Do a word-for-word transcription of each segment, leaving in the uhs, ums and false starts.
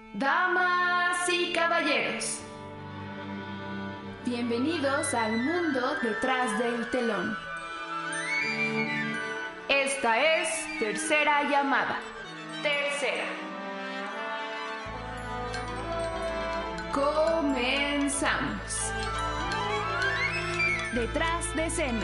Damas y caballeros, bienvenidos al mundo detrás del telón. Esta es Tercera Llamada. Tercera. Comenzamos. Detrás de escena.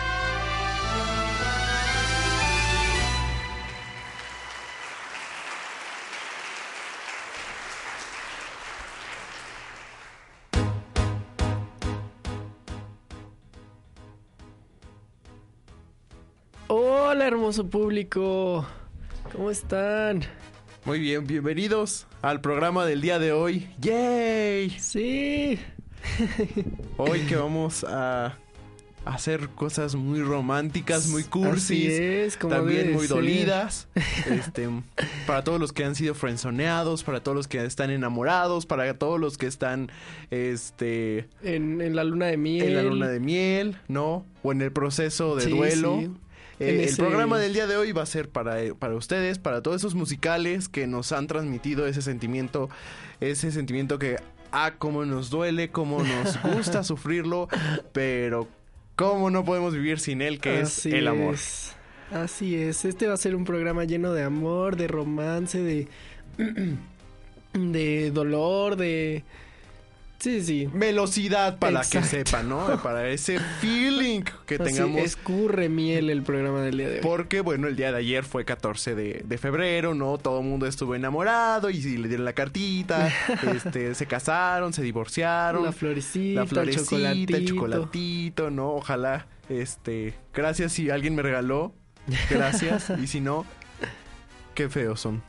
Hola, hermoso público, ¿cómo están? Muy bien, bienvenidos al programa del día de hoy. ¡Yay! Sí. Hoy que vamos a hacer cosas muy románticas, muy cursis, Así es, como también debe muy ser. dolidas. Este, para todos los que han sido friendzoneados, para todos los que están enamorados, para todos los que están, este, En, en la luna de miel. en la luna de miel, ¿no? O en el proceso de Sí, duelo. sí. Eh, En el ese- programa del día de hoy va a ser para, para ustedes, para todos esos musicales que nos han transmitido ese sentimiento, ese sentimiento que, ah, cómo nos duele, cómo nos gusta sufrirlo, pero cómo no podemos vivir sin él, que Así es el amor. es. Así es, este va a ser un programa lleno de amor, de romance, de... de dolor, de... Sí, sí. Velocidad para Exacto. que sepan, ¿no? Para ese feeling que Así, tengamos. escurre miel el programa del día de hoy. Porque, bueno, el día de ayer fue catorce de, de febrero, ¿no? Todo el mundo estuvo enamorado y, le dieron la cartita. este, se casaron, se divorciaron. La florecita, La florecita, el chocolatito. el chocolatito, ¿no? Ojalá, este... Gracias si alguien me regaló. Gracias. Y si no, qué feos son.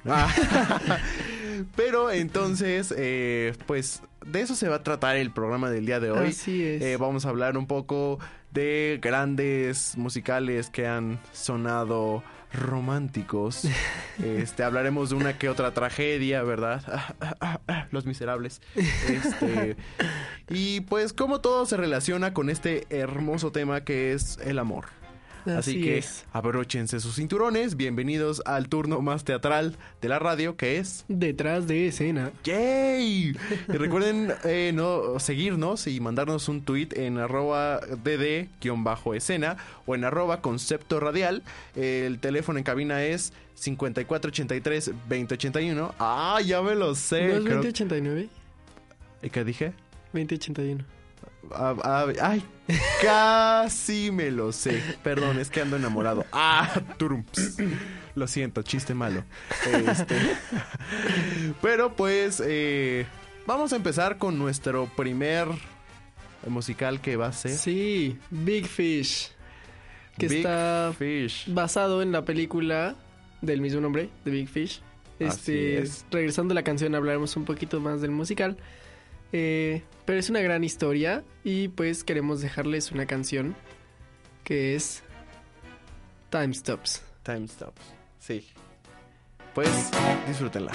Pero entonces, eh, pues... De eso se va a tratar el programa del día de hoy. Así es. Eh, vamos a hablar un poco de grandes musicales que han sonado románticos. Este, hablaremos de una que otra tragedia, ¿verdad? Los Miserables. Este, y pues cómo todo se relaciona con este hermoso tema que es el amor. Así, Así que es. abróchense sus cinturones. Bienvenidos al turno más teatral de la radio, que es... Detrás de escena. ¡Yay! Y recuerden eh, no seguirnos y mandarnos un tweet en arroba dd-escena o en arroba concepto radial. El teléfono en cabina es cincuenta y cuatro ochenta y tres veinte ochenta y uno. ¡Ah, ya me lo sé! ¿No es Creo- veinte ochenta y nueve? ¿Y qué dije? veinte ochenta y uno. Ah, ah, ¡Ay! Casi me lo sé. Perdón, es que ando enamorado. ¡Ah! Turumps. Lo siento, chiste malo. Este... Pero pues... Eh... Vamos a empezar con nuestro primer musical que va a ser... Sí, Big Fish. Que Big está Fish. basado en la película del mismo nombre, de Big Fish. Este, Así es. Regresando a la canción, hablaremos un poquito más del musical. Eh, pero es una gran historia y pues queremos dejarles una canción que es Time Stops. Time Stops. Sí. Pues disfrútenla.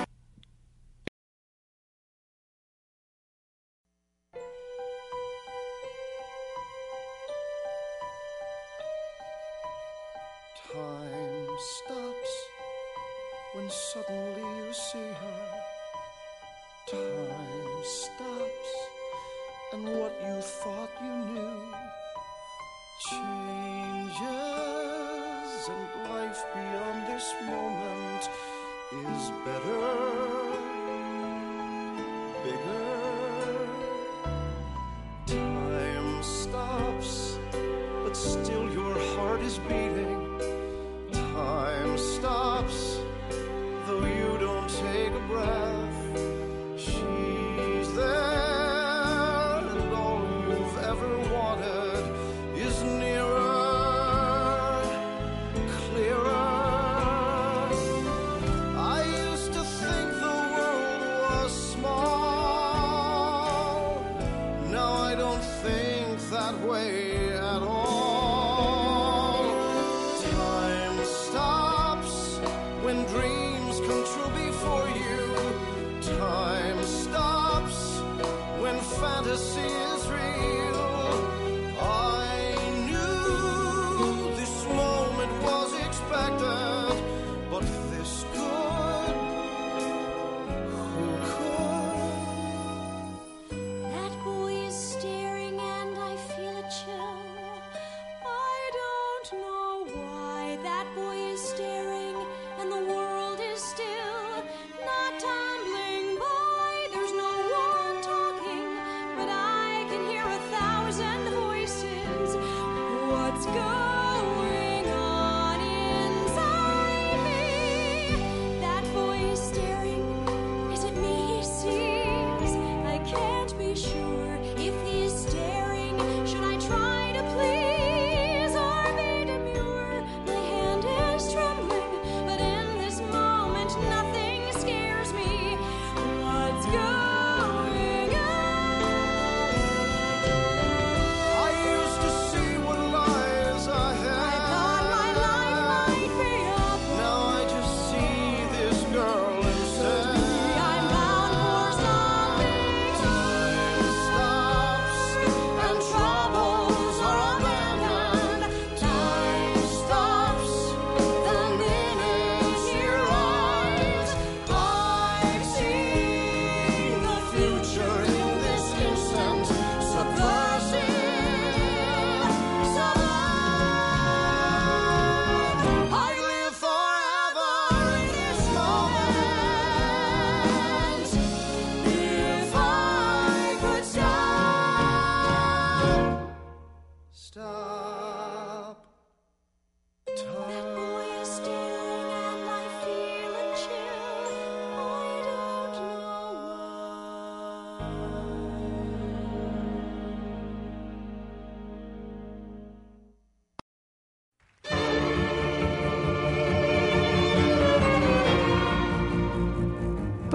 Time stops when suddenly you see her. Time stops, and what you thought you knew changes, and life beyond this moment is better, bigger. Time stops, but still your heart is beating. Time stops, though you don't take a breath. She's there, and all you've ever wanted is nearer, clearer. I used to think the world was small. Now I don't think that way at all.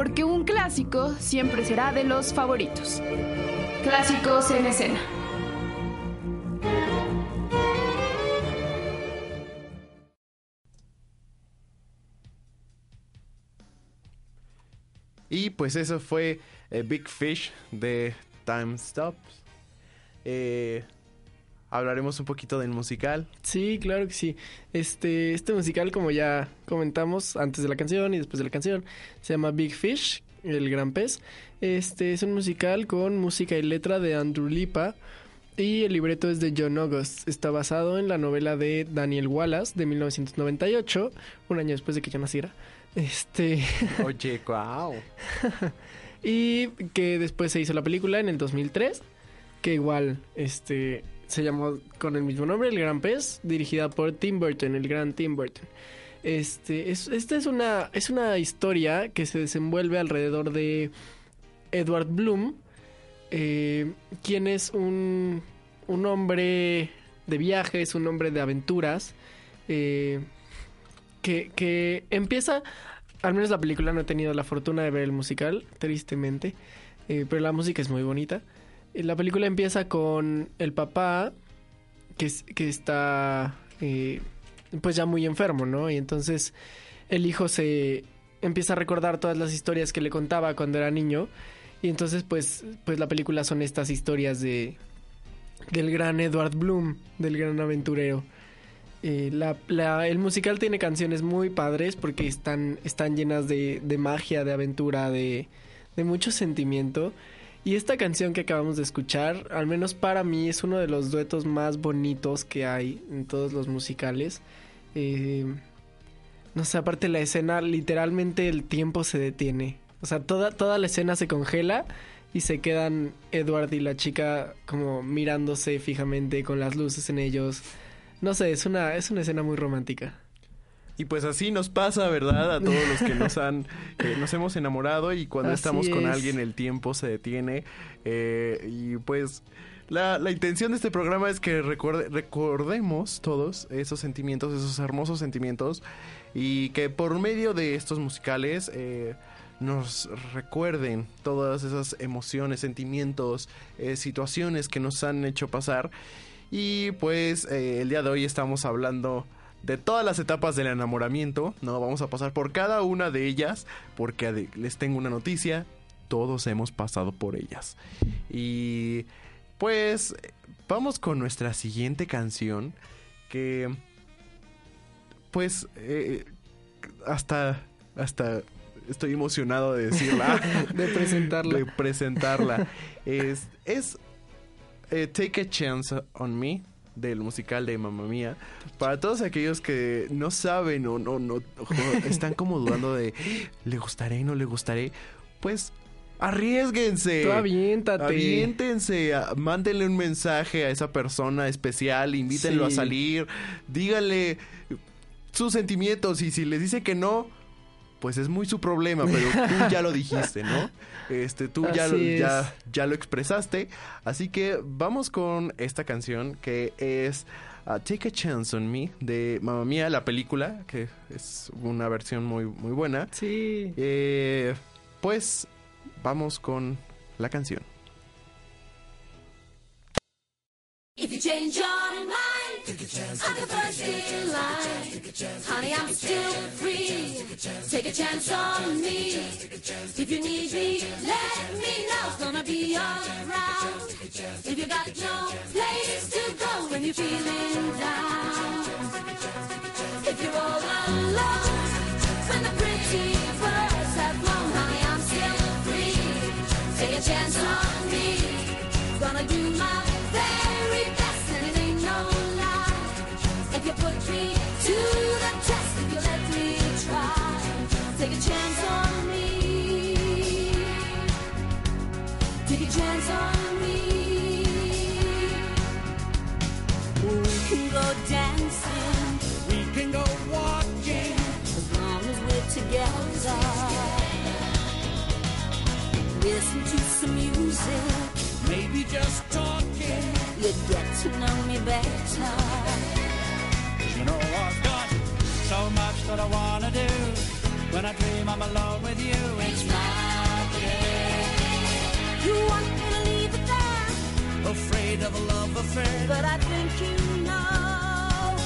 porque un clásico siempre será de los favoritos. Clásicos en escena. Y pues eso fue eh, Big Fish de Time Stops. Eh, hablaremos un poquito del musical. Sí, claro que sí. Este, este musical, como ya comentamos antes de la canción y después de la canción, se llama Big Fish, el gran pez. Este es un musical con música y letra de Andrew Lipa y el libreto es de John August. Está basado en la novela de Daniel Wallace de mil novecientos noventa y ocho, un año después de que yo naciera. Este... Oye, wow. Y que después se hizo la película en el dos mil tres, que igual este se llamó con el mismo nombre, El Gran Pez, dirigida por Tim Burton, el gran Tim Burton. Este es esta es una es una historia que se desenvuelve alrededor de Edward Bloom, eh, quien es un un hombre de viajes, un hombre de aventuras, eh, que que empieza, al menos la película, no he tenido la fortuna de ver el musical, tristemente, eh, pero la música es muy bonita. La película empieza con el papá que, que está eh, pues ya muy enfermo, ¿no? Y entonces el hijo se empieza a recordar todas las historias que le contaba cuando era niño. Y entonces pues, pues la película son estas historias de del gran Edward Bloom, del gran aventurero. Eh, la, la, el musical tiene canciones muy padres porque están, están llenas de, de magia, de aventura, de, de mucho sentimiento. Y esta canción que acabamos de escuchar, al menos para mí, es uno de los duetos más bonitos que hay en todos los musicales. Eh, no sé, aparte la escena, literalmente el tiempo se detiene. O sea, toda, toda la escena se congela y se quedan Edward y la chica como mirándose fijamente con las luces en ellos. No sé, es una, es una escena muy romántica. Y pues así nos pasa, ¿verdad? A todos los que nos han, eh, nos hemos enamorado y cuando Así estamos con es. alguien el tiempo se detiene. Eh, y pues la, la intención de este programa es que recuerde, recordemos todos esos sentimientos, esos hermosos sentimientos, y que por medio de estos musicales eh, nos recuerden todas esas emociones, sentimientos, eh, situaciones que nos han hecho pasar. Y pues eh, el día de hoy estamos hablando de todas las etapas del enamoramiento, ¿no? Vamos a pasar por cada una de ellas porque ade- les tengo una noticia, todos hemos pasado por ellas. Y pues vamos con nuestra siguiente canción que pues eh, hasta hasta estoy emocionado de decirla, De presentarla. de presentarla. Es es Eh, Take a Chance on Me, del musical de Mamma Mía. Para todos aquellos que no saben o no, no, o están como dudando de ¿le gustaré, no le gustaré? Pues arriésguense. Tú aviéntate. Aviéntense, a- mándenle un mensaje a esa persona especial, invítenlo Sí. a salir, díganle sus sentimientos y si les dice que no, pues es muy su problema, pero tú ya lo dijiste, ¿no? Este, tú ya lo, Así es. ya, ya lo expresaste. Así que vamos con esta canción que es uh, Take a Chance on Me de Mamma Mía, la película, que es una versión muy, muy buena. Sí. Eh, pues vamos con la canción. If you change your mind, take a chance, I'm the first in line. Honey, I'm still free. Take a chance on me. If you need me, let me know. It's gonna be around. If you got no place to go when you're feeling down. If you're all alone, when the pretty birds have flown, honey, I'm still free. Take a chance on me. Gonna do my very best, and it ain't no lie. If you put me to the test, if you let me try, take a chance on me. Take a chance on me. We can go dancing, We can go walking. as long as we're together. Listen to some music, Maybe just talking. you'd get to know me better. You know I've got so much that I wanna do. When I dream I'm alone with you, it's It's my of a love affair. But I think you know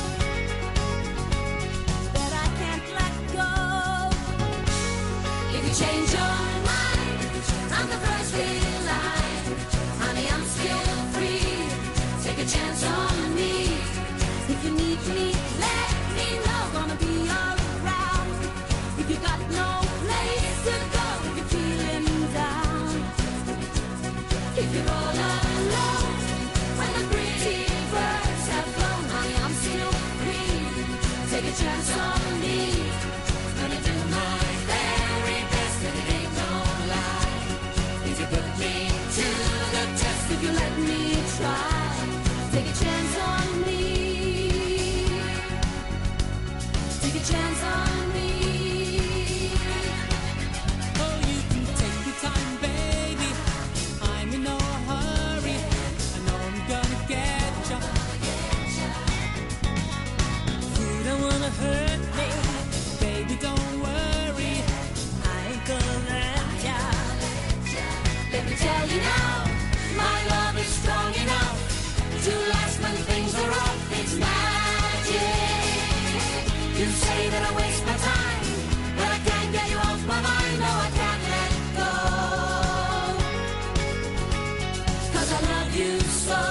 that I can't let go. If you change your mind, I'm the first in line. Honey, I'm still free. Take a chance on me. If you need me, let me know. Gonna be around. If you got no place to go, if you're feeling down, if you're all alone, when the pretty birds have flown, honey, I'm still free. Take a chance on me. Gonna do my very best, and it ain't no lie. If you put me to the test, if you let me try, take a chance on me. Take a chance on me. Oh, you can take your time, baby. I'm in no hurry. I know I'm gonna get you. You don't wanna hurt me, baby. Don't worry. I ain't gonna let ya. Let me tell you now, my love is strong enough to last when things are rough. It's magic. You say that I waste my time, but I can't get you off my mind. No, I can't let go, 'cause I love you so.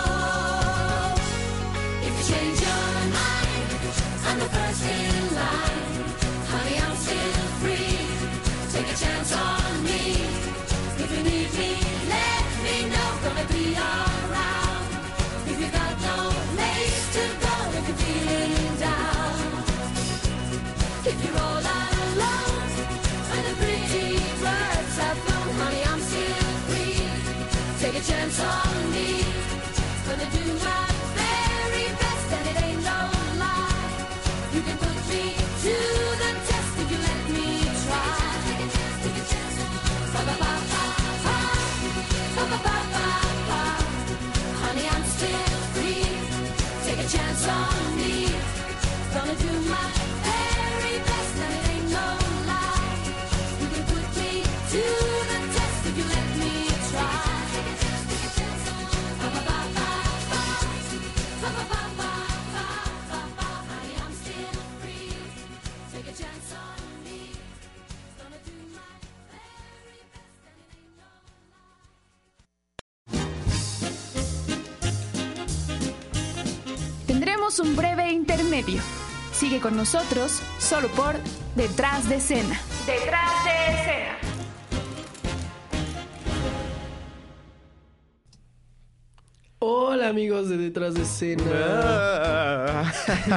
If you change your mind, I'm the first in line. Honey, I'm still free. Take a chance on me. If you need me, let me know. Gonna be around. If you got no place to go, if you're feeling down, if you're all alone, when the pretty birds have flown, honey, I'm still free. Take a chance on me. Gonna do my very best, and it ain't no lie. You can put me to the test if you let me try. Take a chance on me. Ba ba ba ba ba. Ba ba ba ba ba. Honey, I'm still free. Take a chance on me. Gonna do my very best, and it ain't no lie. You can put me to the test if you let me try. Ba ba ba ba ba. Ba ba ba ba ba ba ba. Honey, I'm still free. Take a chance on me. Gonna do my very best, and it ain't no lie. Tendremos un breve intermedio. Sigue con nosotros solo por Detrás de Escena. Detrás de Escena. Hola amigos de Detrás de Escena. Ah.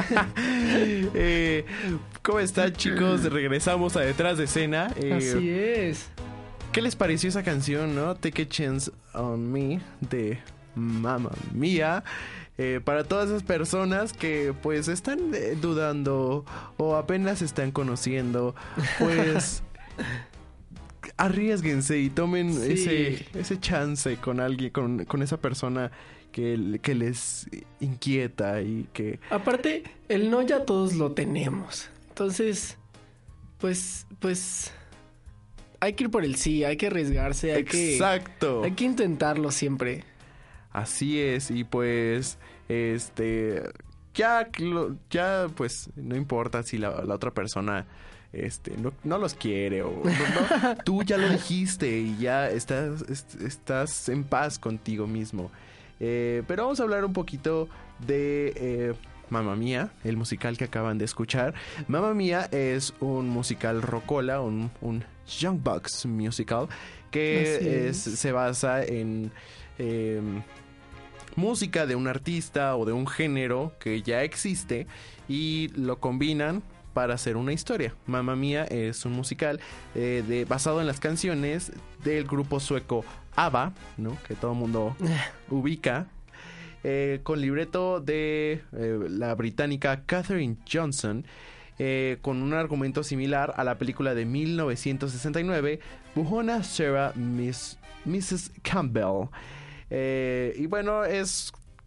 Eh, ¿Cómo están, chicos? Regresamos a Detrás de Escena. Eh, Así es. ¿Qué les pareció esa canción, no? Take a Chance on Me de Mamma Mía. Eh, para todas esas personas que pues están eh, dudando o apenas se están conociendo, pues arriésguense y tomen Sí. ese ese chance con alguien, con, con esa persona que, que les inquieta y que... Aparte, el no ya todos lo tenemos. Entonces, pues, pues, hay que ir por el sí, hay que arriesgarse, hay que... Exacto. Hay que intentarlo siempre. Así es, y pues, este, ya, que lo- ya, pues, no importa si la, la otra persona, este, no, no los quiere o no, no, tú ya lo dijiste y ya estás, est- estás en paz contigo mismo. Eh, pero vamos a hablar un poquito de eh, Mamma Mía, el musical que acaban de escuchar. Mamma Mía es un musical rocola, un, un Young Bucks musical que Así es, es. se basa en... em, música de un artista o de un género que ya existe y lo combinan para hacer una historia. Mamma Mía es un musical eh, de, basado en las canciones del grupo sueco ABBA, ¿no? Que todo el mundo ubica, eh, con libreto de eh, la británica Katherine Johnson, eh, con un argumento similar a la película de mil novecientos sesenta y nueve, Buona Sera Miss, missus Campbell. Eh, y bueno, es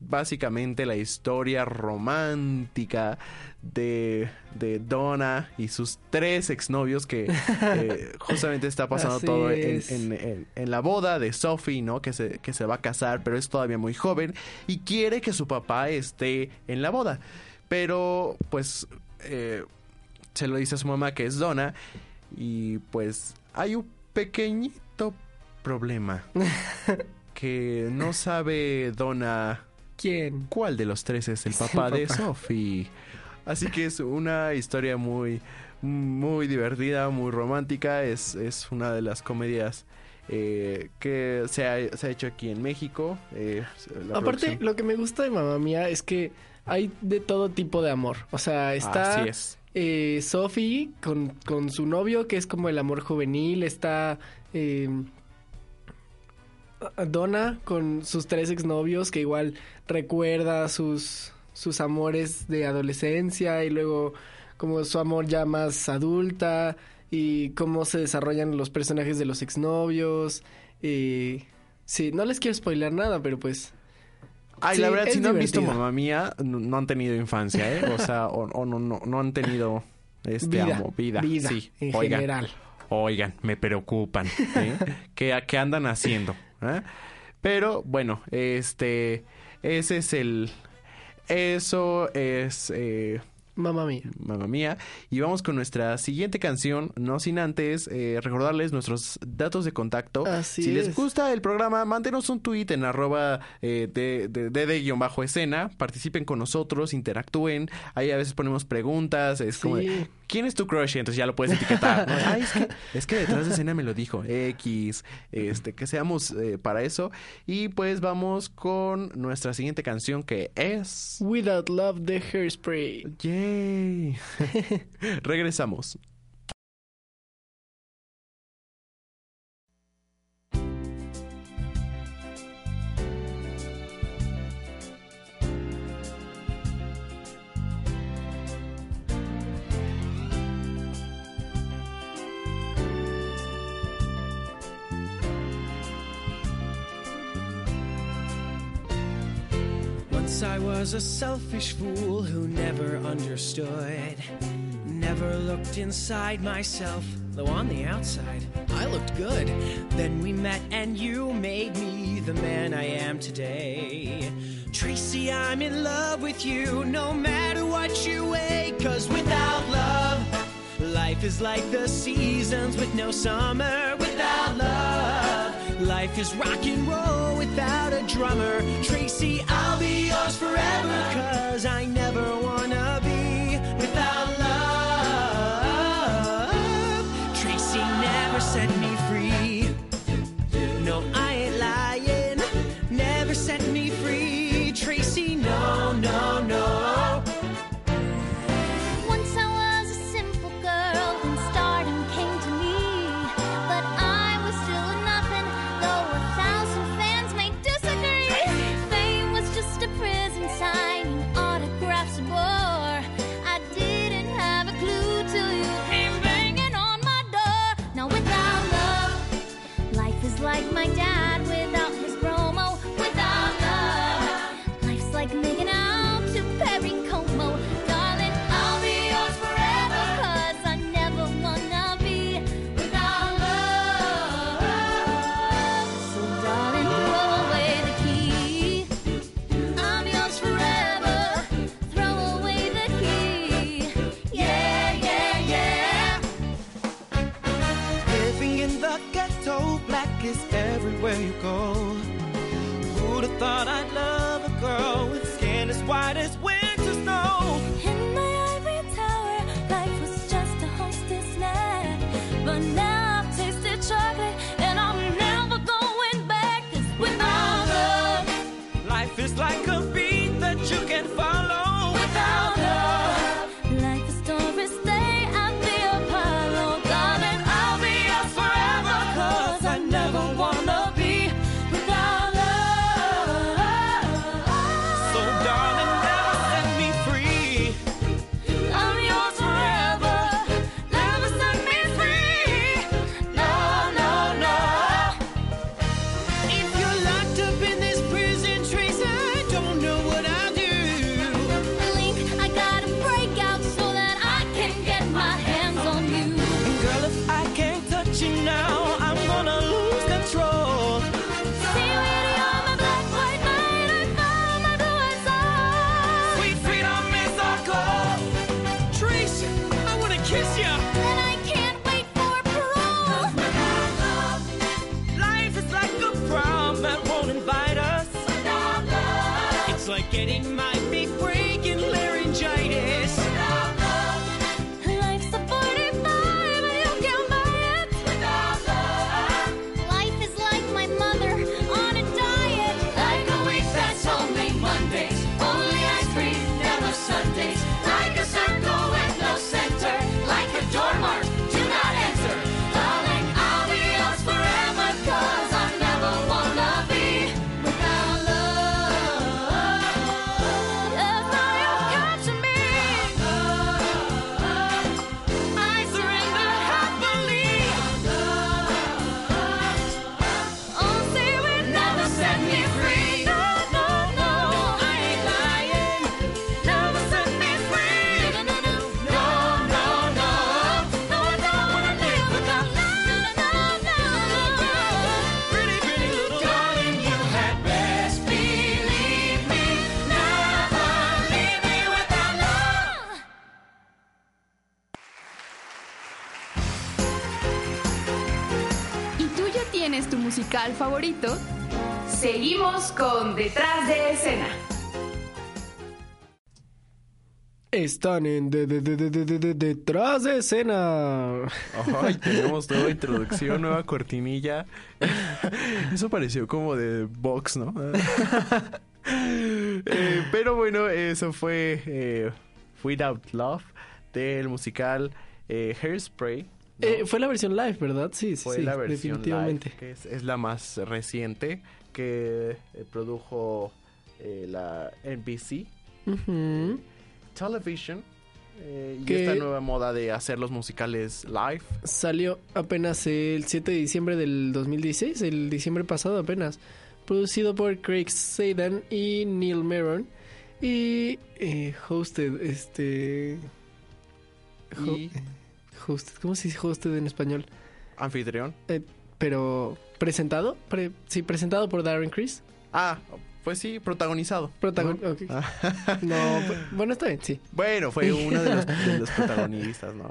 básicamente la historia romántica de, de Donna y sus tres exnovios que eh, justamente está pasando Así todo en, es. en, en, en la boda de Sophie, ¿no? Que se, que se va a casar, pero es todavía muy joven y quiere que su papá esté en la boda. Pero pues eh, se lo dice a su mamá, que es Donna, y pues hay un pequeñito problema. Que no sabe Donna ¿Quién? cuál de los tres es el Es el papá de papá. Sophie. Así que es una historia muy, muy divertida, muy romántica. Es, es una de las comedias eh, que se ha, se ha hecho aquí en México. Eh, la Aparte, producción- lo que me gusta de Mamma Mía es que hay de todo tipo de amor. O sea, está Así es. eh, Sophie con, con su novio, que es como el amor juvenil. Está eh, Donna con sus tres exnovios, que igual recuerda sus, sus amores de adolescencia y luego como su amor ya más adulta y cómo se desarrollan los personajes de los exnovios. Y sí, no les quiero spoiler nada, pero pues... Ay, sí, la verdad, es si no han visto divertida. Mamma Mía, no, no han tenido infancia, ¿eh? O sea, o, o no, no, no han tenido este Vida, amo, vida. vida sí. en Oigan, general. Oigan, me preocupan. ¿eh? ¿Qué, ¿Qué andan haciendo? ¿eh? Pero bueno, este, ese es el, eso es eh, Mamma Mía. Mamma Mía. Y vamos con nuestra siguiente canción, no sin antes eh, recordarles nuestros datos de contacto. Así si les es. gusta el programa, mándenos un tweet en arroba eh, de, de, de, de guión bajo escena. Participen con nosotros, interactúen. Ahí a veces ponemos preguntas. Es como de, Sí. ¿quién es tu crush? Entonces ya lo puedes etiquetar. ¿no? Ay, es que, es que detrás de escena me lo dijo. X. Este, que seamos eh, para eso. Y pues vamos con nuestra siguiente canción, que es... Without Love de Hairspray. ¡Yay! Regresamos. Once I was a selfish fool who never understood, never looked inside myself, though on the outside I looked good. Then we met and you made me the man I am today. Tracy, I'm in love with you no matter what you weigh, 'cause without love, life is like the seasons with no summer. Without love, life is rock and roll without a drummer. Tracy, I'll be yours forever, 'cause I never wanna be without love. Tracy never set me free. No, I ain't lying. Never set me free. Tracy, no, no, no. Once I was a simple girl when stardom came to me, but I was still a nothing, though a thousand fans may disagree. Fame was just a prison signing autographs a bore. I didn't have a clue till you came banging on my door. Now without love, life is like my dad without his promo. Without love, life's like making out to Perry Como. Darling, I'll be yours forever, 'cause I never wanna be without love. So darling, throw away the key. I'm yours forever. Throw away the key. Yeah, yeah, yeah. Living in the ghetto, black is everywhere you go. Who'd have thought I'd love a girl with skin as white as winter snow? In my ivory tower, life was just a hostess snack. But now I've tasted chocolate and I'm never going back. 'Cause without love, Life is like a beat that you can follow. Without love, like a Doris Day at the Apollo. Darling, I'll be yours forever, 'cause I never wanna be without love. so darling, never set me free. I'm yours forever. Never set me free. tienes tu musical favorito, seguimos con Detrás de Escena. Están en de, de, de, de, de, de, de- Detrás de Escena. Ay, tenemos nueva introducción, nueva cortinilla. Eso pareció como de box, ¿no? Eh, pero bueno, eso fue eh, Without Love del musical eh, Hairspray, ¿no? Eh, fue la versión live, ¿verdad? Sí, sí, Fue sí, la versión definitivamente. live, que es, es la más reciente, que eh, produjo eh, la N B C Ujú. Television. eh, y Que- esta nueva moda de hacer los musicales live. Salió apenas el siete de diciembre del dos mil dieciséis, el diciembre pasado apenas. Producido por Craig Sadan y Neil Meron. Y eh, hosted, este... ho- Y hosted, ¿cómo se dice hosted en español? anfitrión. Eh, pero, ¿presentado? Pre- sí, presentado por Darren Criss. Ah, pues sí, protagonizado. Protagon ¿no? ok. No, bu- bueno, está bien, sí. Bueno, fue uno de los, de los protagonistas, ¿no?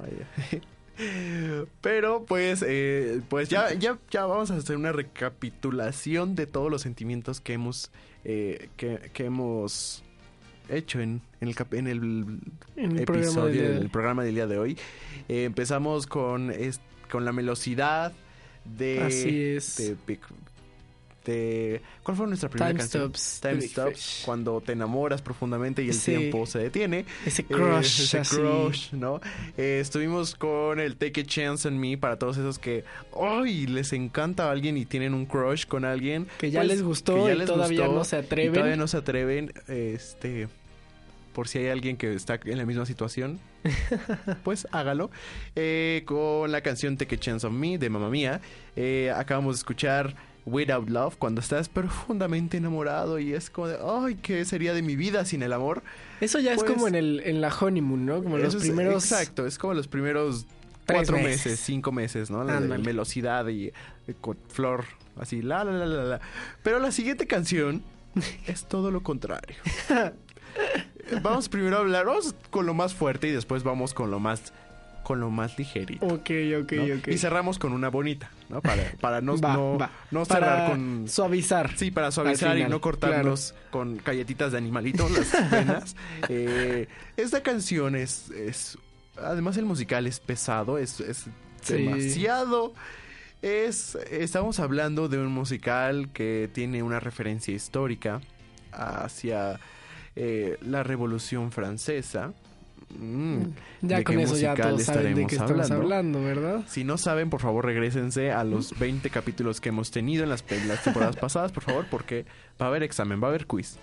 Pero pues, eh, pues ya, ya, ya vamos a hacer una recapitulación de todos los sentimientos que hemos, eh, que, que hemos hecho en, en el, cap- en el En el programa episodio, del día de del hoy. programa del día de hoy. Eh, empezamos con, es- con la velocidad de... Así es. de Big- de- ¿Cuál fue nuestra primera Time canción? Stops, Time de Big Stops, Fish. cuando te enamoras profundamente y el Sí. tiempo se detiene. Ese Eh, crush, ese así. crush, ¿no? Eh, estuvimos con el Take a Chance on Me para todos esos que ¡ay! Les encanta a alguien y tienen un crush con alguien. Que ya Pues, les gustó que ya y les todavía gustó no se y atreven. todavía no se atreven. Este, por si hay alguien que está en la misma situación, pues hágalo. Eh, con la canción Take a Chance on Me de Mamma Mía. Eh, acabamos de escuchar Without Love, cuando estás profundamente enamorado y es como de, ay, ¿qué sería de mi vida sin el amor? Eso ya es Pues, como en el en la honeymoon, ¿no? Como los Eso es- primeros... exacto, es como los primeros Tres cuatro meses. meses. cinco meses, ¿no? La de Ándale. velocidad y eh, con flor, así, la, la, la, la, la. Pero la siguiente canción es todo lo contrario. Vamos primero a hablar, vamos con lo más fuerte y después vamos con lo más, con lo más ligerito. Ok, ok, ¿no? ok. Y cerramos con una bonita, ¿no? Para, para no, Va, no, va. no Para cerrar con... suavizar. Sí, para suavizar y final, no cortarnos con galletitas de animalito las venas. Eh, esta canción es, es... Además el musical es pesado, es, es Sí. demasiado... Es, estamos hablando de un musical que tiene una referencia histórica hacia eh, la Revolución Francesa. Mm, Ya ¿de con qué eso ya musical todos saben de estaremos qué estamos hablando? hablando, ¿verdad? Si no saben, por favor, regrésense a los veinte capítulos que hemos tenido en las, en las temporadas pasadas, por favor, porque va a haber examen, va a haber quiz.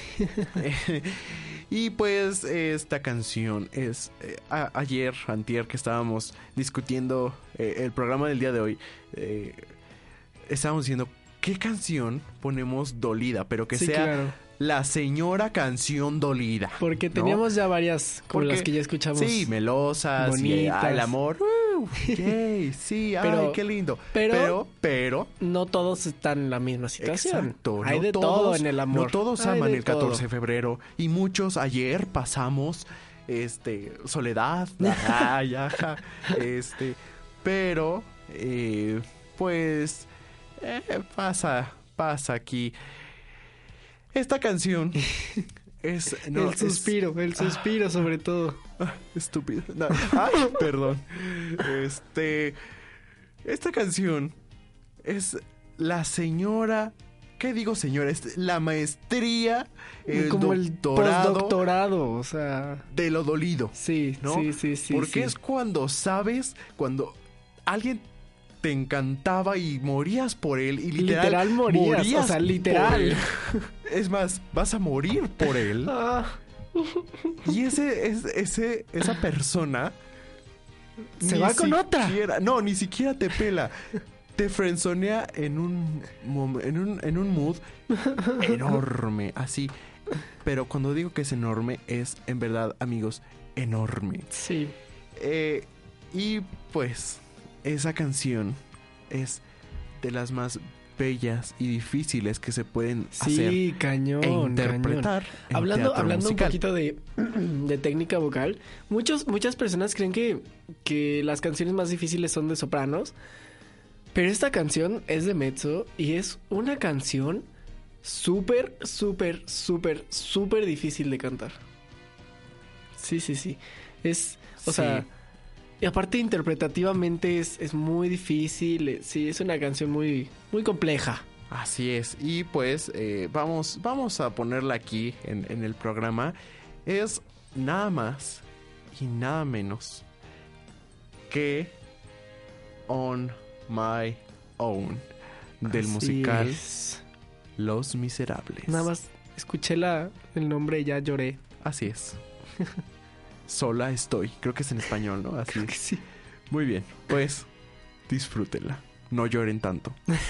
Y pues esta canción es eh, a- ayer, antier, que estábamos discutiendo eh, el programa del día de hoy, eh, estábamos diciendo qué canción ponemos dolida, pero que Sí, sea claro. la señora canción dolida. Porque ¿no? teníamos ya varias, como Porque- las que ya escuchamos. Sí, melosas, y, bonitas. ah, el amor. ¡uh! Yay, sí, Pero- ay, qué lindo. pero- pero, pero, No todos están en la misma situación. exacto. Hay no de todo todos- en el amor. No todos Hay aman de el todo. catorce de febrero. Y muchos ayer pasamos, este, soledad. Ay, ajá. Este, pero, eh, pues, eh, pasa, pasa aquí. Esta canción es... no, el es- suspiro, el suspiro sobre todo. Estúpido. No. Ay, perdón. Este. Esta canción es la señora. ¿Qué digo, señora? Es la maestría, el Como el doctorado postdoctorado, o sea... de lo dolido. Sí, ¿no? sí, sí, sí. Porque sí. es cuando sabes, cuando alguien te encantaba y morías por él. Y literal, Literal morías, o sea, por literal. él. Es más, vas a morir por él. Ah, Y ese, es, ese, esa persona Se ni va con otra. siquiera- No, ni siquiera te pela. Te frenzonea en un, mom- en un en un mood enorme, así. Pero cuando digo que es enorme, es en verdad, amigos, enorme. sí. Eh, y pues, esa canción es de las más bellas y difíciles que se pueden hacer Sí, cañón, e cañón. interpretar en Hablando, teatro hablando un musical. poquito de, de técnica vocal, muchos, muchas personas creen que, que las canciones más difíciles son de sopranos, Pero esta canción es de Mezzo y es una canción súper, súper, súper, súper difícil de cantar. Sí, sí, sí. Es, o Sí. sea, y aparte interpretativamente es, es muy difícil. eh, Sí, es una canción muy, muy compleja. Así es. Y pues eh, vamos, vamos a ponerla aquí en, en el programa. Es nada más y nada menos que On My Own del Así musical es. Los Miserables. Nada más escuché la, el nombre y ya lloré. Así es. Sola estoy. Creo que es en español, ¿no? Así Creo que es. sí. Muy bien. Pues disfrútenla. No lloren tanto.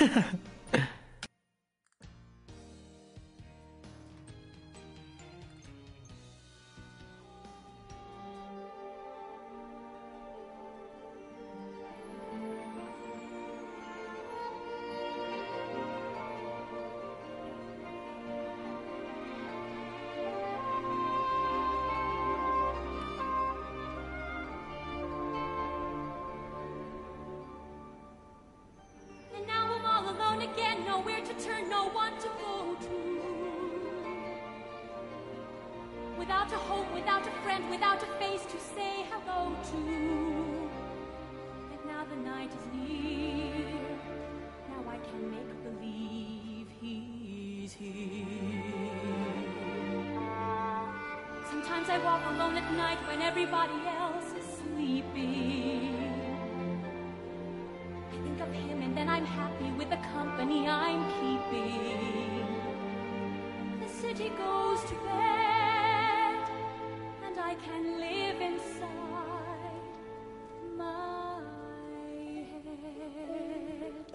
And now I'm all alone again, nowhere to turn, no one to go to. Without a hope, without a friend, without a face to say hello to. And now the night is near, now I can make believe he's here. Sometimes I walk alone at night when everybody else is sleeping. I think of him and then I'm happy with the company I'm keeping. The city goes to bed and I can live inside my head.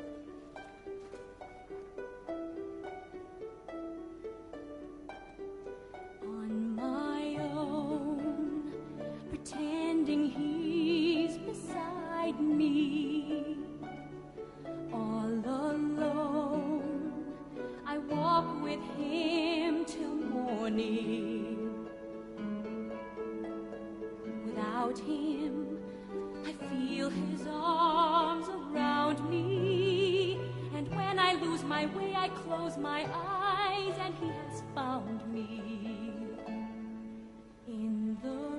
On my own, pretending he's beside me. All alone, I walk with him till morning. Without him, I feel his arms around me. And when I lose my way, I close my eyes and he has found me. In the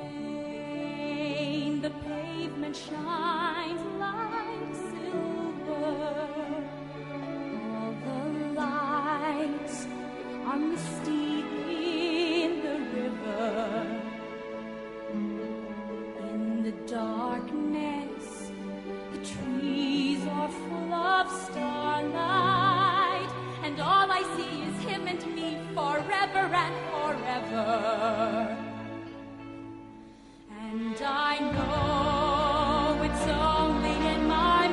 rain, the pavement shines like silver. All the lights are misty in the river. In the darkness, the trees are full of starlight. And all I see is him and me forever and forever. And I know it's only in my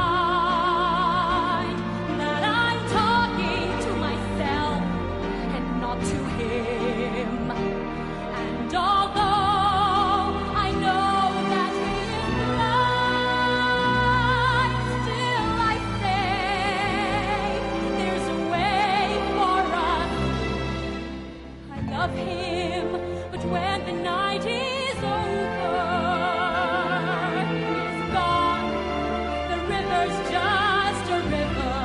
mind that I'm talking to myself and not to him. And although I know that he is blind, still I say there's a way for us. I love him, but when the night is over, he's gone. The river's just a river.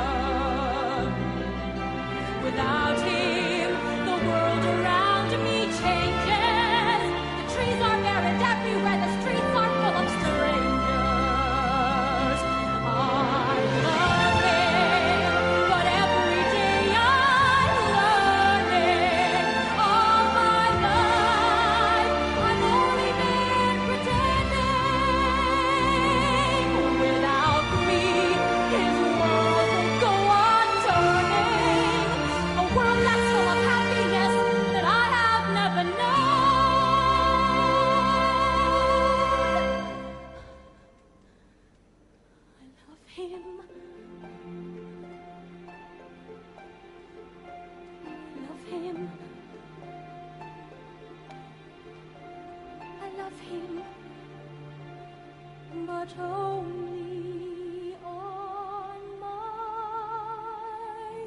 Without him, the world around me changes. The trees are bare and everywhere the streets are full of strangers. I love him, but every day I'm learning. All my life I've only been pretending. Without me, his world will go on turning. A world that's full of happiness that I have never known. I love him. I love him. I love him. But only on my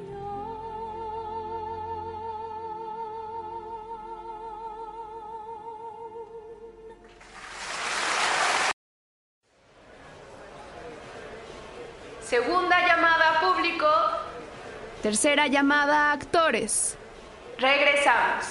own. Segunda llamada público. Tercera llamada actores. Regresamos.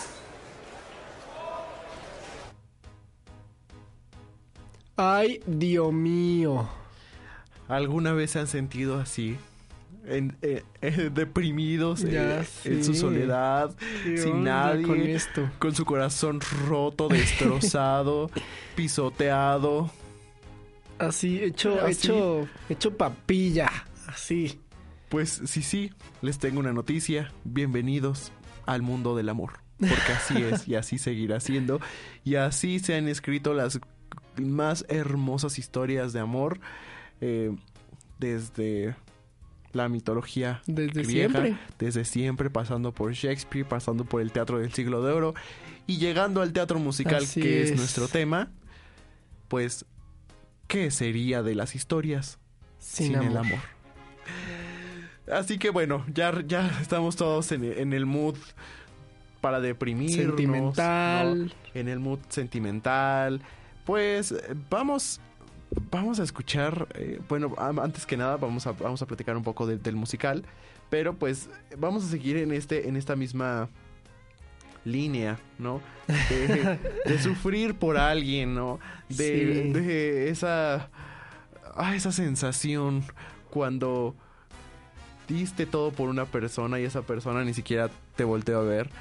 Ay, Dios mío. ¿Alguna vez se han sentido así? En, eh, eh, deprimidos Ya eh, sé. en su soledad, ¿Qué sin onda nadie, con esto? con su corazón roto, destrozado, pisoteado. Así, hecho, Así. hecho, hecho papilla. Así. Pues sí, sí, les tengo una noticia. Bienvenidos al mundo del amor. Porque así es y así seguirá siendo. Y así se han escrito las más hermosas historias de amor eh, desde la mitología Desde griega, siempre. desde siempre, pasando por Shakespeare, pasando por el teatro del siglo de oro y llegando al teatro musical, Así que es. es. nuestro tema. Pues, ¿qué sería de las historias Sin, sin, amor. el amor? Así que bueno, ya, ya estamos todos en, en el mood para deprimirnos, Sentimental. ¿no? En el mood sentimental. Pues eh, vamos vamos a escuchar, eh, bueno, a- antes que nada vamos a vamos a platicar un poco de- del musical, pero pues vamos a seguir en este en esta misma línea, ¿no? De, de sufrir por alguien, ¿no? De, Sí. de esa ah, esa sensación cuando diste todo por una persona y esa persona ni siquiera te volteó a ver.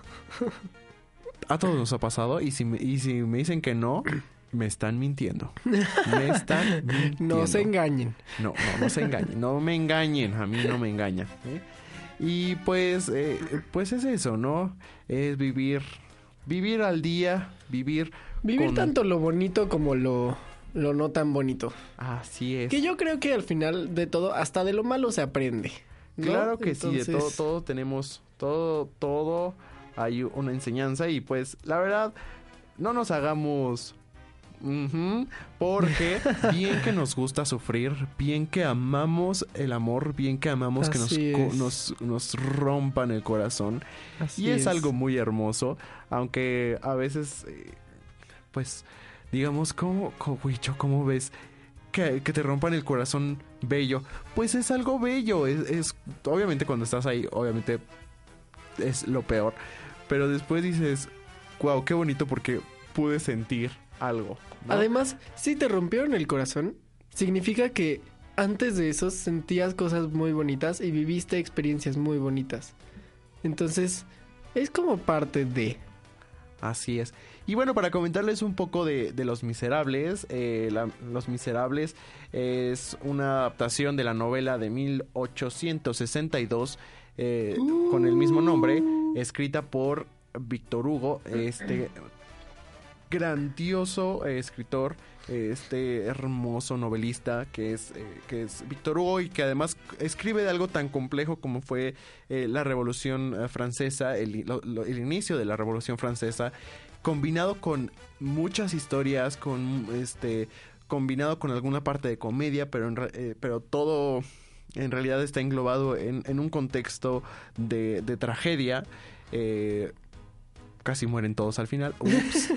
A todos nos ha pasado y si me, y si me dicen que no, me están mintiendo. Me están mintiendo. No se engañen. No, no, no se engañen. No me engañen. A mí no me engañan. ¿eh? Y pues, eh, pues es eso, ¿no? Es vivir, vivir al día, vivir. Vivir con- tanto lo bonito como lo, lo no tan bonito. Así es. Que yo creo que al final de todo, hasta de lo malo se aprende. ¿no? Claro que sí, de todo, Entonces, todo tenemos, todo, todo hay una enseñanza y pues la verdad, no nos hagamos... ujú, porque bien que nos gusta sufrir, bien que amamos el amor, bien que amamos que nos, Así co- es. nos, nos rompan el corazón. así Y es, algo muy hermoso, aunque a veces, eh, pues, digamos, ¿cómo, cómo, Huicho, cómo ves que, que te rompan el corazón bello? Pues es algo bello, es, es, obviamente cuando estás ahí, obviamente es lo peor, pero después dices, wow, qué bonito porque pude sentir algo, ¿no? Además, si te rompieron el corazón, significa que antes de eso sentías cosas muy bonitas y viviste experiencias muy bonitas. Entonces, es como parte de... Así es. Y bueno, para comentarles un poco de, de Los Miserables, eh, la- Los Miserables es una adaptación de la novela de mil ochocientos sesenta y dos eh, con el mismo nombre, escrita por Víctor Hugo, este grandioso eh, escritor, eh, este hermoso novelista que es, eh, que es Víctor Hugo y que además escribe de algo tan complejo como fue eh, la Revolución eh, Francesa, el, lo- lo- el inicio de la Revolución Francesa, combinado con muchas historias, con este combinado con alguna parte de comedia, pero en re- eh, pero todo en realidad está englobado en, en un contexto de, de tragedia. Eh, casi mueren todos al final. Ups.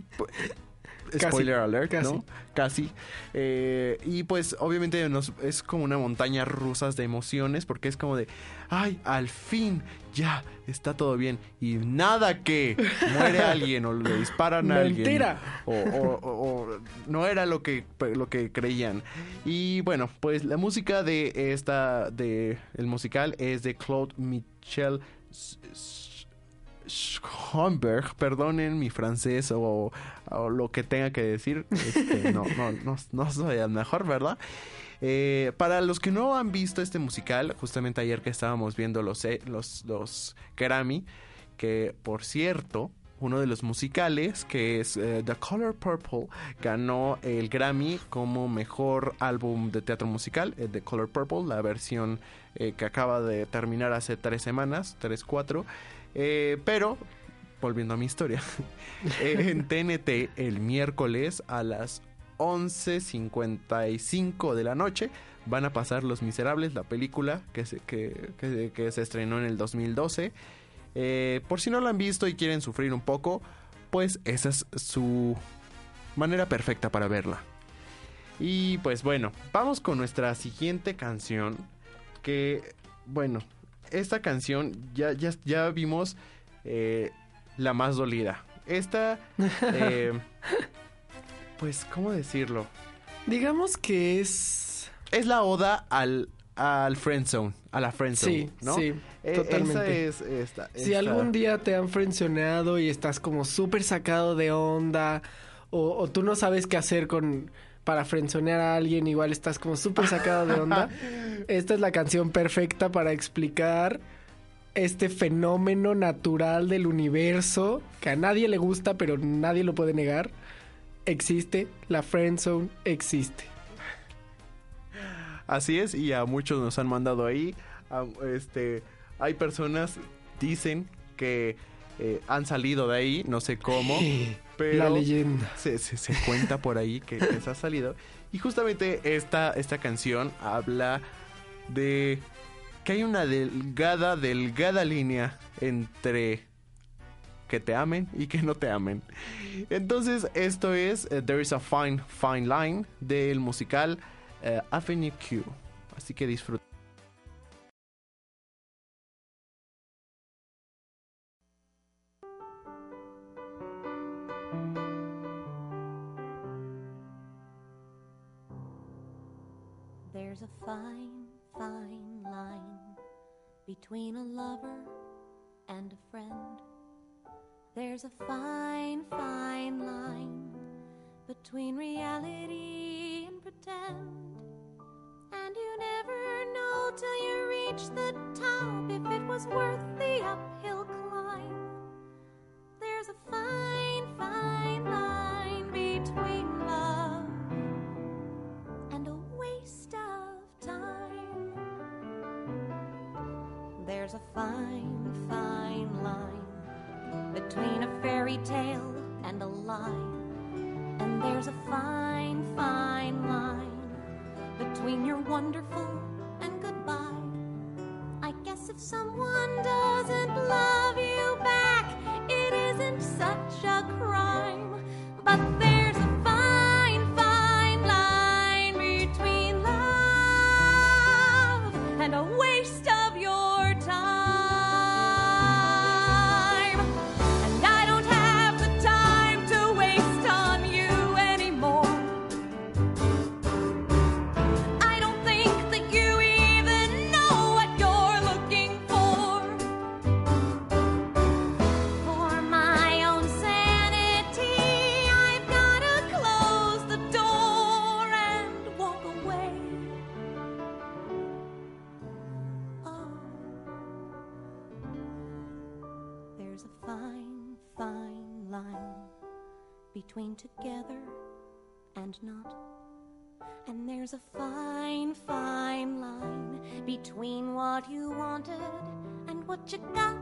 Spoiler alert, casi. ¿no? Casi. Eh, y pues obviamente nos, es como una montaña rusa de emociones porque es como de, ay, al fin, ya, está todo bien. Y nada que muere alguien o le disparan a alguien. ¡Mentira! O, o- o- o no era lo que, lo que creían. Y bueno, pues la música de esta, de el musical es de Claude Michel Schoenberg, perdonen mi francés o, o lo que tenga que decir, este, no, no, no, no soy el mejor, ¿verdad? Eh, para los que no han visto este musical, justamente ayer que estábamos viendo los, eh, los, los Grammy, que por cierto, uno de los musicales, que es eh, The Color Purple, ganó el Grammy como mejor álbum de teatro musical, eh, The Color Purple, la versión eh, que acaba de terminar hace tres semanas, tres, cuatro. Eh, pero, volviendo a mi historia, eh, en T N T el miércoles a las once cincuenta y cinco de la noche van a pasar Los Miserables, la película que se, que, que, que se estrenó en el dos mil doce. Eh, por si no la han visto y quieren sufrir un poco, pues esa es su manera perfecta para verla. Y pues bueno, vamos con nuestra siguiente canción. Que, bueno, esta canción ya, ya, ya vimos eh, la más dolida. Esta, eh, pues, ¿cómo decirlo? Digamos que es... Es la oda al, al friendzone, a la friendzone, Sí, ¿no? sí, E- totalmente. Esa es esta, Si esta- algún día te han frencionado y estás como súper sacado de onda, o, o tú no sabes qué hacer con para frenzonear a alguien, igual estás como súper sacado de onda, esta es la canción perfecta para explicar este fenómeno natural del universo que a nadie le gusta, pero nadie lo puede negar. Existe, la friendzone existe. Así es, y a muchos nos han mandado ahí. A- este, hay personas, dicen que eh, han salido de ahí, no sé cómo, pero La leyenda. se, se, se cuenta por ahí que, que se ha salido. Y justamente esta, esta canción habla de que hay una delgada, delgada línea entre que te amen y que no te amen. Entonces, esto es eh, There is a Fine, Fine Line del musical eh, Avenue Q. Así que disfruta. There's a fine, fine line between a lover and a friend. There's a fine, fine line between reality and pretend. And you never know till you reach the top if it was worth the uphill climb. There's a fine, fine line between love and a waste of time. There's a fine, fine line between a fairy tale and a lie. And there's a fine, fine line between you're wonderful and goodbye. I guess if someone doesn't love you back, it isn't such a crime. But there's a fine, fine line between love and a waste of your time. And I don't have the time to waste on you anymore. I don't think that you even know what you're looking for. For my own sanity, I've gotta close the door and walk away. Oh, there's a fine, fine line between together and not. And there's a fine, fine line between what you wanted and what you got.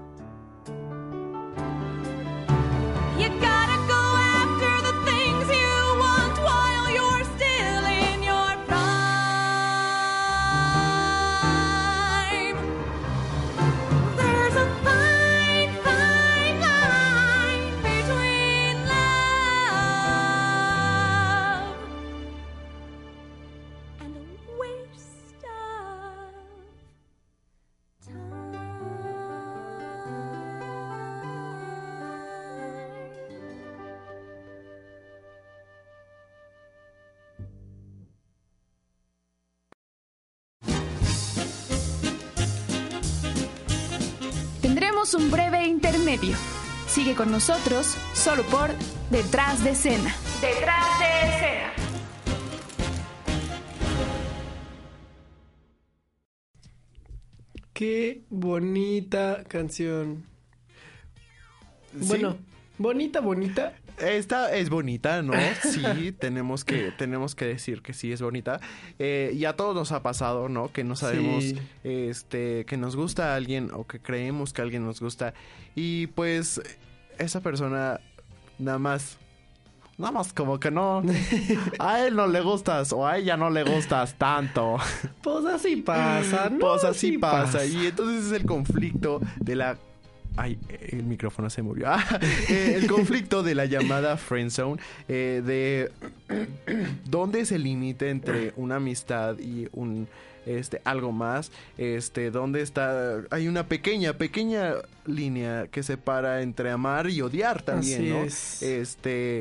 You gotta go after the things you want while you're still in your prime. There's a fine, fine line between love and a waste of time. Tendremos un breve intermedio. Sigue con nosotros solo por Detrás de Escena. Detrás de Escena. Qué bonita canción. Sí. Bueno, bonita, bonita. Esta es bonita, ¿no? Sí, tenemos que, tenemos que decir que sí es bonita. Eh, y a todos nos ha pasado, ¿no? Que no sabemos, Sí. este, que nos gusta a alguien o que creemos que alguien nos gusta. Y pues esa persona nada más, nada más como que no, a él no le gustas o a ella no le gustas tanto. Pues así pasa, ¿no? Pues así Sí pasa. Y entonces es el conflicto de la Ay, el micrófono se movió. Ah, eh, el conflicto de la llamada friendzone, eh, de dónde es el límite entre una amistad y un este algo más, este dónde está, hay una pequeña pequeña línea que separa entre amar y odiar también. Así ¿no? es. Este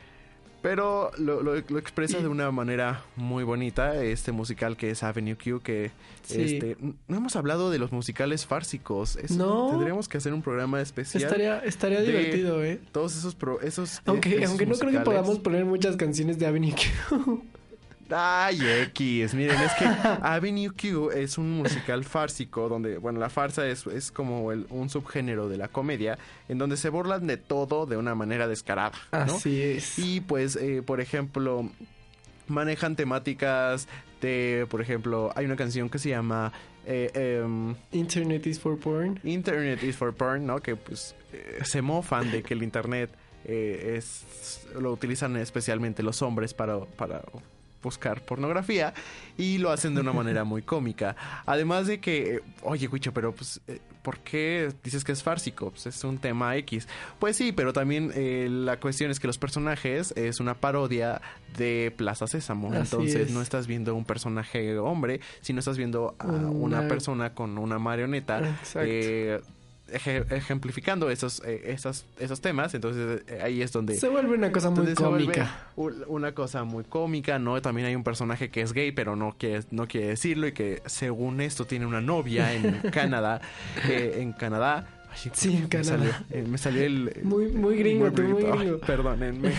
pero lo, lo, lo expresa de una manera muy bonita este musical que es Avenue Q, que Sí. este no hemos hablado de los musicales fársicos. Eso No. tendríamos que hacer un programa especial. Estaría, estaría de divertido, ¿eh? Todos esos pro, esos Aunque, esos aunque no creo que musicales. podamos poner muchas canciones de Avenue Q. Ay, X. Miren, es que Avenue Q es un musical fársico donde, bueno, la farsa es, es como el, un subgénero de la comedia en donde se burlan de todo de una manera descarada, ¿no? Así es. Y pues, eh, por ejemplo, manejan temáticas de, por ejemplo, hay una canción que se llama eh, em, Internet is for porn. Internet is for porn, ¿no? Que pues eh, se mofan de que el internet eh, es lo utilizan especialmente los hombres para para buscar pornografía y lo hacen de una manera muy cómica. Además de que, eh, oye, Huicho, pero pues, eh, ¿por qué dices que es fársico? Pues es un tema X. Pues sí, pero también eh, la cuestión es que los personajes es una parodia de Plaza Sésamo. Así Entonces es. no estás viendo un personaje hombre, sino estás viendo a una, Una- persona con una marioneta. Exacto. eh, eje- ejemplificando esos, eh, esos, esos temas. Entonces eh, ahí es donde... Se vuelve una cosa muy Entonces se vuelve cómica. un- una cosa muy cómica, ¿no? También hay un personaje que es gay, pero no quiere, no quiere decirlo y que según esto tiene una novia en Canadá. eh, en Canadá. Ay, Sí, en me Canadá. salió, eh, me salió el... Muy, muy gringo, tú, muy Ay, gringo. perdónenme.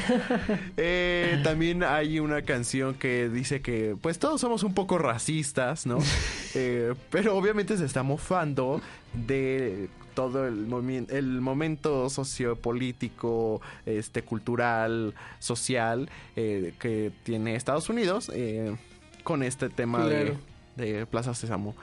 Eh, también hay una canción que dice que pues todos somos un poco racistas, ¿no? Eh, pero obviamente se está mofando de todo el, momi- el momento sociopolítico, este, cultural, social eh, que tiene Estados Unidos eh, con este tema Claro. de, de Plaza Sésamo.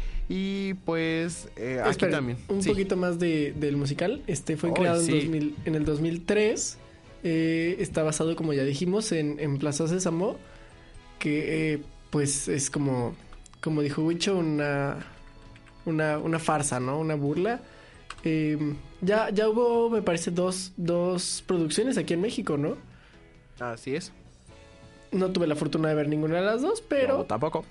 Y pues eh, aquí Espera, también. un Sí. poquito más de, del musical. Este fue Ay, creado en, sí. dos mil en el dos mil tres. Eh, está basado, como ya dijimos, en, en Plaza Sésamo. Que eh, pues es como, como dijo Wicho, una, una, una farsa, ¿no? Una burla. Eh, ya, ya hubo, me parece, dos, dos producciones aquí en México, ¿no? Así es. No tuve la fortuna de ver ninguna de las dos, pero... No, tampoco.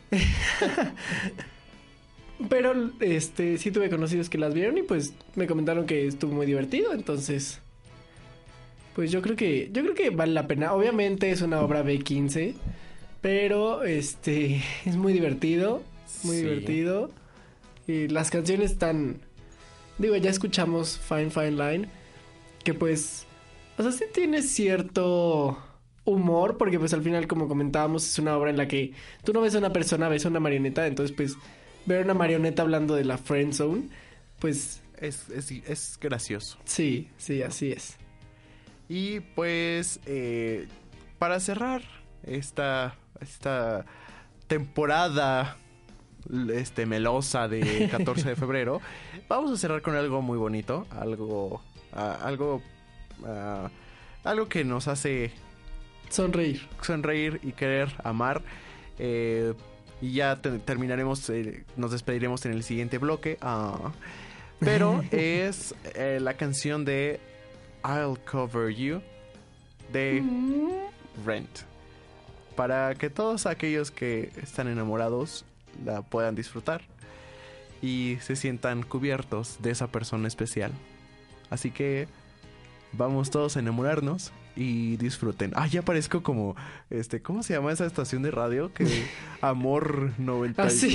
Pero este sí tuve conocidos que las vieron y pues me comentaron que estuvo muy divertido, entonces pues yo creo que yo creo que vale la pena. Obviamente es una obra B quince, pero este es muy divertido, muy Sí. divertido. Y las canciones están, digo, ya escuchamos Fine Fine Line, que pues o sea, sí tiene cierto humor, porque pues al final, como comentábamos, es una obra en la que tú no ves a una persona, ves a una marioneta, entonces pues ver una marioneta hablando de la friend zone, pues Es, es, es gracioso. sí, sí, así es. Y pues eh, para cerrar esta, esta temporada este, melosa de catorce de febrero, vamos a cerrar con algo muy bonito, algo, ah, algo, ah, algo que nos hace Sonreír. sonreír y querer amar. Eh, y ya te- terminaremos, eh, nos despediremos en el siguiente bloque. Ah. Pero es eh, la canción de I'll Cover You de Rent. Para que todos aquellos que están enamorados la puedan disfrutar y se sientan cubiertos de esa persona especial. Así que vamos todos a enamorarnos y disfruten. Ah, ya parezco como, este, ¿cómo se llama esa estación de radio? Que Amor noventa y Ah, sí.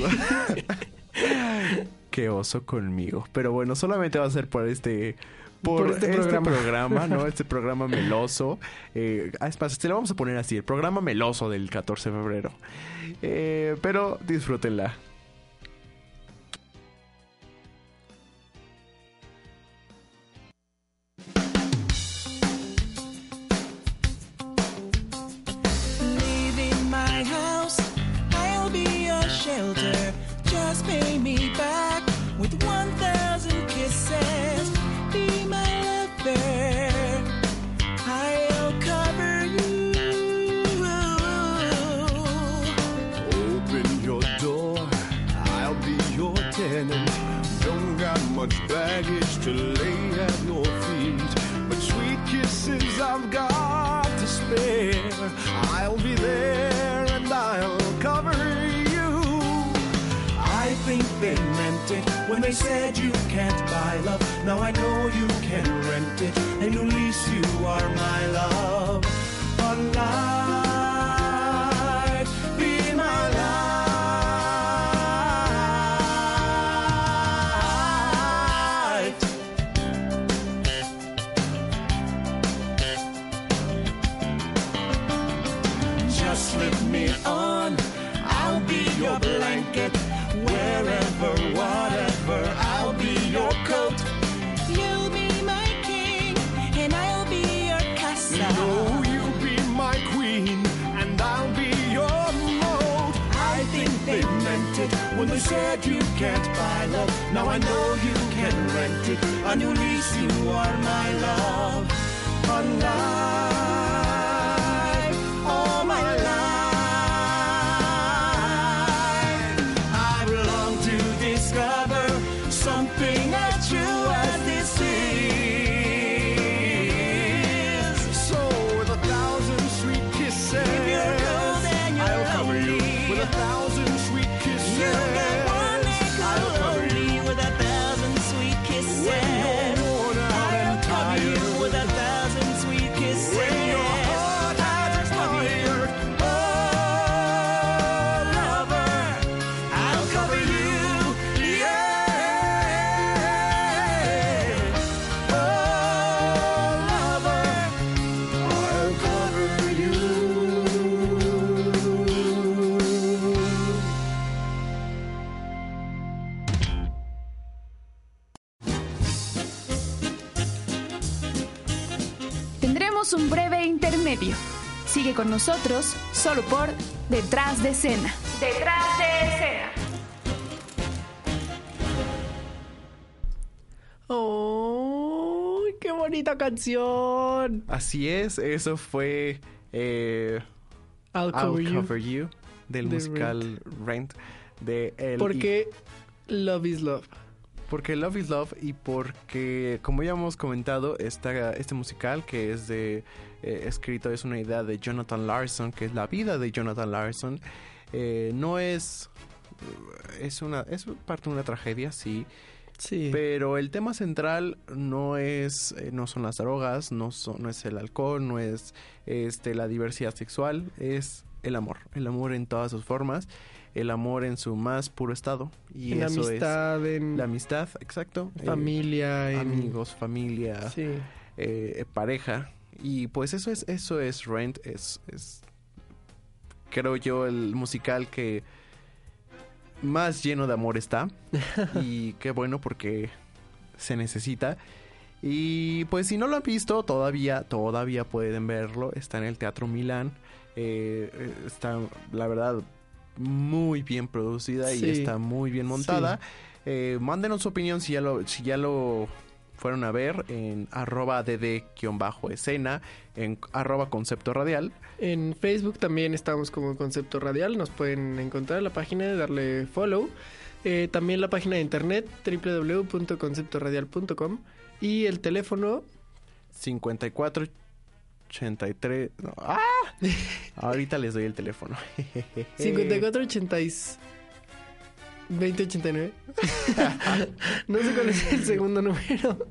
Qué oso conmigo. Pero bueno, solamente va a ser por este... Por, Por este este, programa. programa. ¿No? Este programa meloso. Eh, ah, es más, se lo vamos a poner así, el programa meloso del catorce de febrero. Eh, pero disfrútenla. Leaving my house, I'll be your shelter. Just pay me back with one thousand kisses. Be my lover, I'll cover you. Open your door, I'll be your tenant. Don't got much baggage to lay kisses I've got to spare. I'll be there and I'll cover you. I think they meant it when they said you can't buy love. Now I know you can rent it, and at least you are my love. A life, be my light. Just slip me on, I'll be your blanket. Wherever, whatever, I'll be your coat. You'll be my king, and I'll be your castle. No, you'll be my queen, and I'll be your moat. I think they meant it when they said you can't buy love. Now I know you can rent it, and at least you are my love. A life, all my life. I've longed to discover something as true as this is. So with a thousand sweet kisses, If you're cold and you're I'll cover you lonely, with a thousand sweet kisses. you'll get one nickel I'll cover you only with a thousand sweet kisses. when you're worn out I'll and cover you tired. with a thousand sweet kisses. When your heart has expired, Oh, lover, I'll cover you, yeah. Oh, lover, I'll cover you. Tendremos un breve intermedio. Sigue con nosotros solo por Detrás de Escena. Detrás de Escena. ¡Oh! ¡Qué bonita canción! Así es, eso fue eh, I'll I'll cover you. Cover You del de musical Rent. De el, Porque Love is Love. Porque Love is Love y porque, como ya hemos comentado, esta, este musical que es de eh, escrito, es una idea de Jonathan Larson, que es la vida de Jonathan Larson. Eh, no es... Es una es parte de una tragedia, sí. Sí. Pero el tema central no es eh, no son las drogas, no, son, no es el alcohol, no es este la diversidad sexual, es el amor. El amor en todas sus formas. El amor en su más puro estado. Y en eso amistad, es en la amistad, exacto. familia, Eh, en... amigos, familia, Sí. eh, pareja. Y pues eso es, eso es Rent. Es, es creo yo el musical que más lleno de amor está. Y qué bueno porque se necesita. Y pues si no lo han visto, todavía, todavía pueden verlo. Está en el Teatro Milán. Eh, eh, está, la verdad, muy bien producida y Sí. está muy bien montada. Eh, mándenos su opinión si ya lo, si ya lo fueron a ver en arroba dd-escena, en arroba concepto radial. En Facebook también estamos como Concepto Radial. Nos pueden encontrar en la página, darle follow. Eh, también la página de internet doble u doble u doble u punto concepto radial punto com. Y el teléfono cincuenta y cuatro ochenta y tres. No, ¡ah! Ahorita les doy el teléfono. cincuenta y cuatro ochenta y veinte ochenta y nueve. No sé cuál es el segundo número.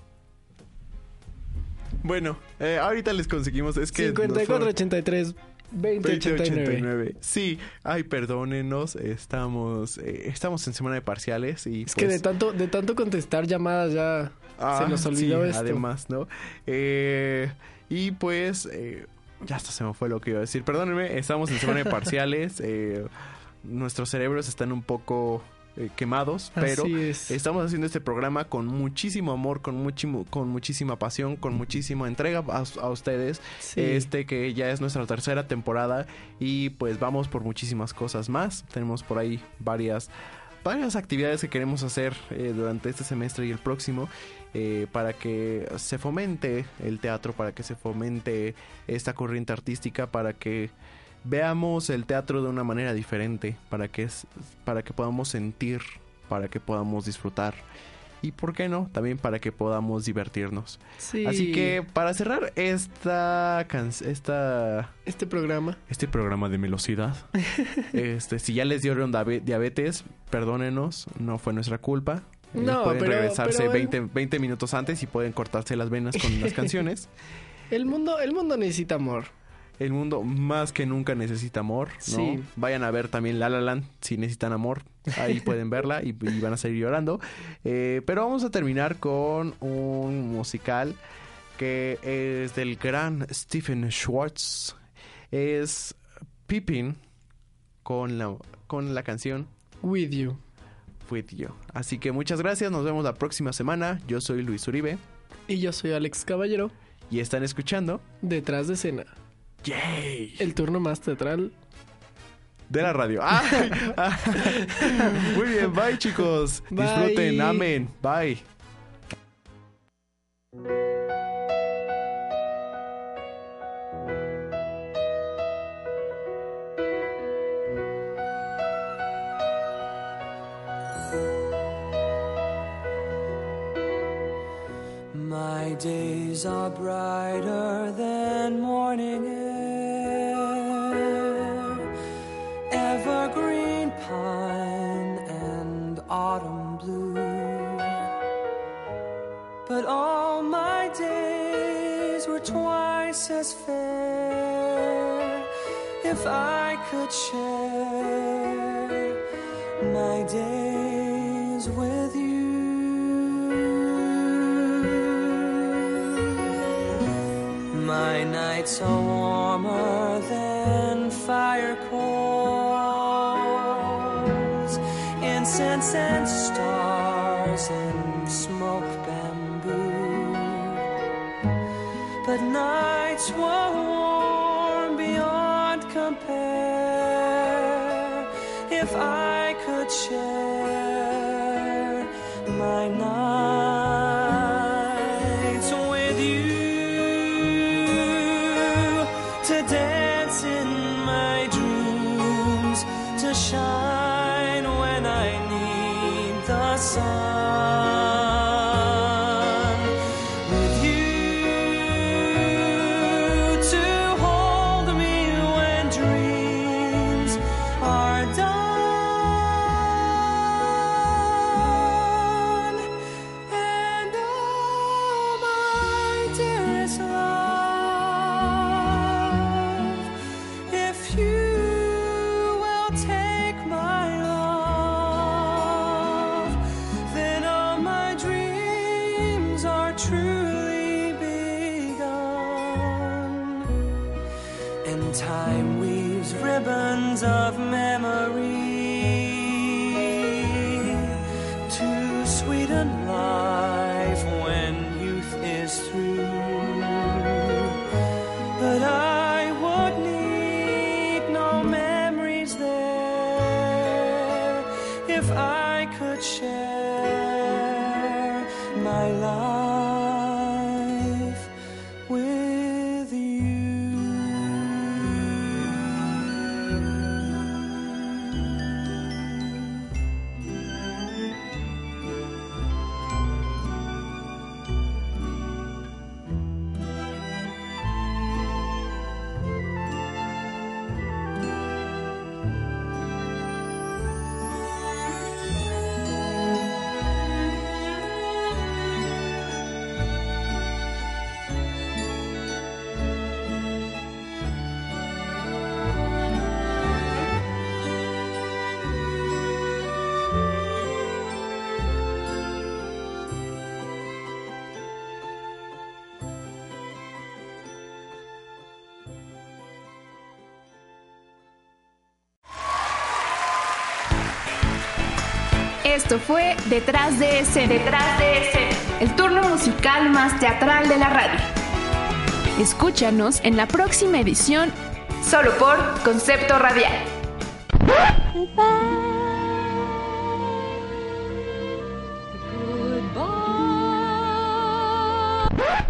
Bueno, eh, ahorita les conseguimos. Es que cincuenta y cuatro nos ochenta y tres veinte veinte ochenta y ochenta y nueve. nueve. Sí, ay, perdónenos. Estamos, eh, estamos en semana de parciales y Es pues, que de tanto, de tanto contestar llamadas ya ah, se nos olvidó sí, esto. además, ¿no? Eh, y pues, eh, ya hasta se me fue lo que iba a decir. Perdónenme, estamos en semana de parciales. eh, nuestros cerebros están un poco eh, quemados, pero Así es. estamos haciendo este programa con muchísimo amor, con muchísimo, con muchísima pasión, con muchísima entrega a, a ustedes. Sí. Este que ya es nuestra tercera temporada y pues vamos por muchísimas cosas más. Tenemos por ahí varias varias actividades que queremos hacer eh, durante este semestre y el próximo, eh, para que se fomente el teatro, para que se fomente esta corriente artística, para que veamos el teatro de una manera diferente, para que, es, para que podamos sentir, para que podamos disfrutar y por qué no, también para que podamos divertirnos. Sí. Así que para cerrar esta can- esta Este programa. este programa de velocidad, este si ya les dieron dabe- diabetes, perdónenos, no fue nuestra culpa. Eh, No, pueden pero- regresarse pero el- veinte, veinte minutos antes y pueden cortarse las venas con las canciones. El mundo, el mundo necesita amor. El mundo más que nunca necesita amor, ¿no? Sí. Vayan a ver también La La Land si necesitan amor. Ahí pueden verla y, y van a seguir llorando. Eh, pero vamos a terminar con un musical que es del gran Stephen Schwartz. Es Pippin con la, con la canción With You. With You. Así que muchas gracias. Nos vemos la próxima semana. Yo soy Luis Uribe. Y yo soy Alex Caballero. Y están escuchando Detrás de escena. ¡Yay! El turno más teatral. De la radio. ¡Ay! Muy bien, bye chicos. Bye. Disfruten, amén. Bye. My days are brighter than morning air, evergreen pine and autumn blue. But all my days were twice as fair if I could share my days with you. My nights are warmer than fire coals, incense and stars and smoke bamboo. But nights were warm beyond compare if I could share my nights with you. To dance in my dreams, to shine when I need the sun. With you to hold me when dreams are done. And oh, my dearest love, if you will take my love, then all my dreams are truly begun. And time weaves ribbons of memory to sweeten life when youth is through. But I would need no memories there if I could share my life with you. Esto fue Detrás de Escena. Detrás de Escena. El turno musical más teatral de la radio. Escúchanos en la próxima edición, solo por Concepto Radial. Goodbye.